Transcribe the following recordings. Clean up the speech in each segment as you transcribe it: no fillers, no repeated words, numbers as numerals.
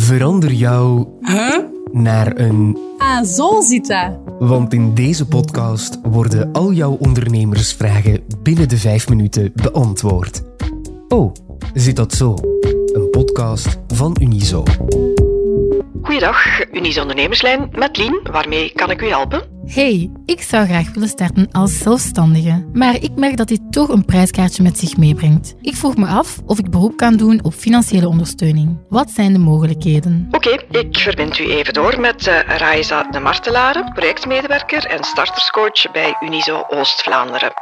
Verander jou naar een... Ah, zo zit dat. Want in deze podcast worden al jouw ondernemersvragen binnen de 5 minuten beantwoord. Oh, zit dat zo? Een podcast van Unizo. Goeiedag, Unizo Ondernemerslijn met Lien. Waarmee kan ik u helpen? Hey, ik zou graag willen starten als zelfstandige, maar ik merk dat dit toch een prijskaartje met zich meebrengt. Ik vroeg me af of ik beroep kan doen op financiële ondersteuning. Wat zijn de mogelijkheden? Oké, ik verbind u even door met Raiza de Martelare, projectmedewerker en starterscoach bij Unizo Oost-Vlaanderen.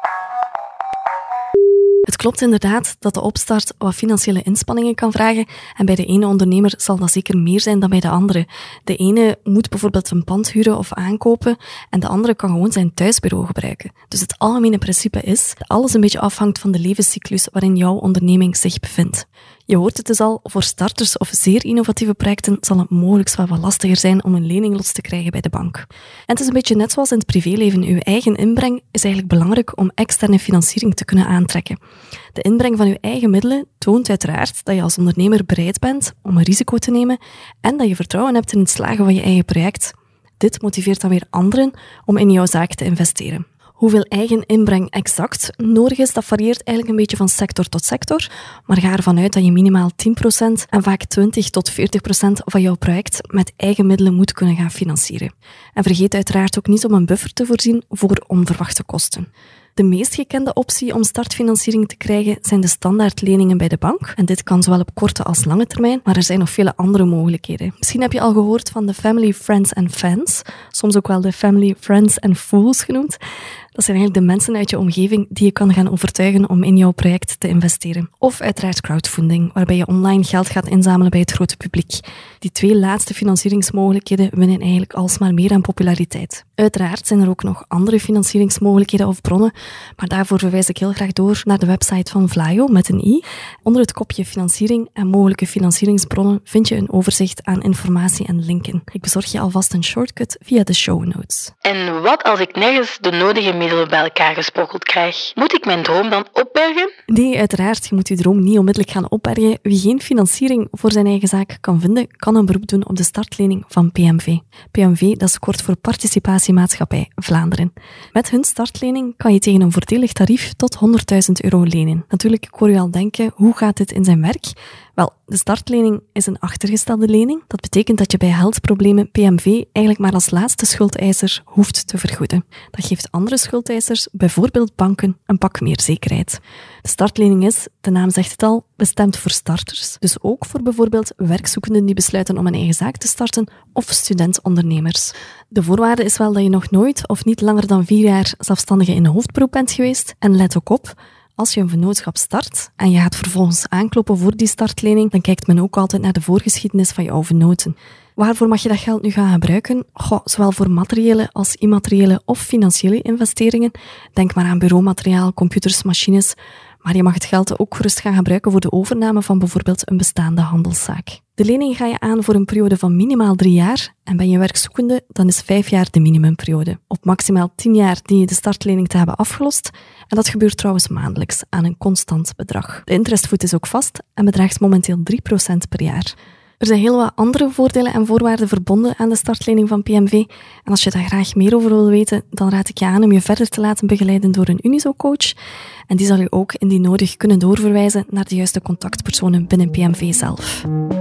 Het klopt inderdaad dat de opstart wat financiële inspanningen kan vragen en bij de ene ondernemer zal dat zeker meer zijn dan bij de andere. De ene moet bijvoorbeeld een pand huren of aankopen en de andere kan gewoon zijn thuisbureau gebruiken. Dus het algemene principe is dat alles een beetje afhangt van de levenscyclus waarin jouw onderneming zich bevindt. Je hoort het dus al, voor starters of zeer innovatieve projecten zal het mogelijk wel wat lastiger zijn om een lening los te krijgen bij de bank. En het is een beetje net zoals in het privéleven. Uw eigen inbreng is eigenlijk belangrijk om externe financiering te kunnen aantrekken. De inbreng van uw eigen middelen toont uiteraard dat je als ondernemer bereid bent om een risico te nemen en dat je vertrouwen hebt in het slagen van je eigen project. Dit motiveert dan weer anderen om in jouw zaak te investeren. Hoeveel eigen inbreng exact nodig is, dat varieert eigenlijk een beetje van sector tot sector, maar ga ervan uit dat je minimaal 10% en vaak 20 tot 40% van jouw project met eigen middelen moet kunnen gaan financieren. En vergeet uiteraard ook niet om een buffer te voorzien voor onverwachte kosten. De meest gekende optie om startfinanciering te krijgen zijn de standaardleningen bij de bank. En dit kan zowel op korte als lange termijn, maar er zijn nog vele andere mogelijkheden. Misschien heb je al gehoord van de Family, Friends and Fans, soms ook wel de Family, Friends and Fools genoemd. Dat zijn eigenlijk de mensen uit je omgeving die je kan gaan overtuigen om in jouw project te investeren. Of uiteraard crowdfunding, waarbij je online geld gaat inzamelen bij het grote publiek. Die 2 laatste financieringsmogelijkheden winnen eigenlijk alsmaar meer aan populariteit. Uiteraard zijn er ook nog andere financieringsmogelijkheden of bronnen, maar daarvoor verwijs ik heel graag door naar de website van Vlaio met een i. Onder het kopje financiering en mogelijke financieringsbronnen vind je een overzicht aan informatie en linken. Ik bezorg je alvast een shortcut via de show notes. En wat als ik nergens de nodige middelen bij elkaar gesprokkeld krijg? Moet ik mijn droom dan opbergen? Nee, uiteraard. Je moet je droom niet onmiddellijk gaan opbergen. Wie geen financiering voor zijn eigen zaak kan vinden, kan een beroep doen op de startlening van PMV. PMV, dat is kort voor Participatiemaatschappij Vlaanderen. Met hun startlening kan je tegen een voordelig tarief tot €100.000 lenen. Natuurlijk, ik hoor je al denken, hoe gaat dit in zijn werk? Wel, de startlening is een achtergestelde lening. Dat betekent dat je bij geldproblemen PMV eigenlijk maar als laatste schuldeiser hoeft te vergoeden. Dat geeft andere schuldeisers, bijvoorbeeld banken, een pak meer zekerheid. De startlening is, de naam zegt het al, bestemd voor starters. Dus ook voor bijvoorbeeld werkzoekenden die besluiten om een eigen zaak te starten of studentondernemers. De voorwaarde is wel dat je nog nooit of niet langer dan 4 jaar zelfstandige in hoofdberoep bent geweest. En let ook op, als je een vennootschap start en je gaat vervolgens aankloppen voor die startlening, dan kijkt men ook altijd naar de voorgeschiedenis van jouw vennoten. Waarvoor mag je dat geld nu gaan gebruiken? Zowel voor materiële als immateriële of financiële investeringen. Denk maar aan bureaumateriaal, computers, machines. Maar je mag het geld ook gerust gaan gebruiken voor de overname van bijvoorbeeld een bestaande handelszaak. De lening ga je aan voor een periode van minimaal 3 jaar en ben je werkzoekende, dan is 5 jaar de minimumperiode. Op maximaal 10 jaar dien je de startlening te hebben afgelost en dat gebeurt trouwens maandelijks aan een constant bedrag. De interestvoet is ook vast en bedraagt momenteel 3% per jaar. Er zijn heel wat andere voordelen en voorwaarden verbonden aan de startlening van PMV. En als je daar graag meer over wil weten, dan raad ik je aan om je verder te laten begeleiden door een Unizo-coach. En die zal je ook indien nodig kunnen doorverwijzen naar de juiste contactpersonen binnen PMV zelf.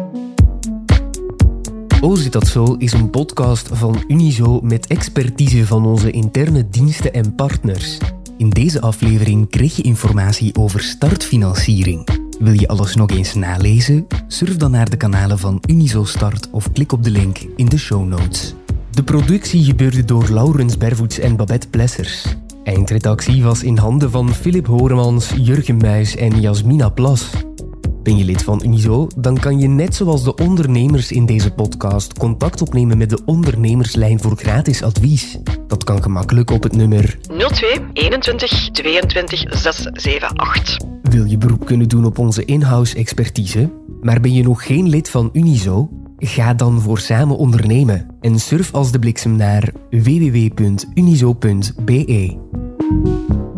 Oh, zit dat zo is een podcast van Unizo met expertise van onze interne diensten en partners. In deze aflevering kreeg je informatie over startfinanciering. Wil je alles nog eens nalezen? Surf dan naar de kanalen van Unizo Start of klik op de link in de show notes. De productie gebeurde door Laurens Bervoets en Babette Plessers. Eindredactie was in handen van Philip Horemans, Jurgen Muis en Jasmina Plas. Ben je lid van Unizo? Dan kan je net zoals de ondernemers in deze podcast contact opnemen met de ondernemerslijn voor gratis advies. Dat kan gemakkelijk op het nummer 02 21 22 678. Wil je beroep kunnen doen op onze in-house expertise? Maar ben je nog geen lid van Unizo? Ga dan voor samen ondernemen en surf als de bliksem naar www.unizo.be.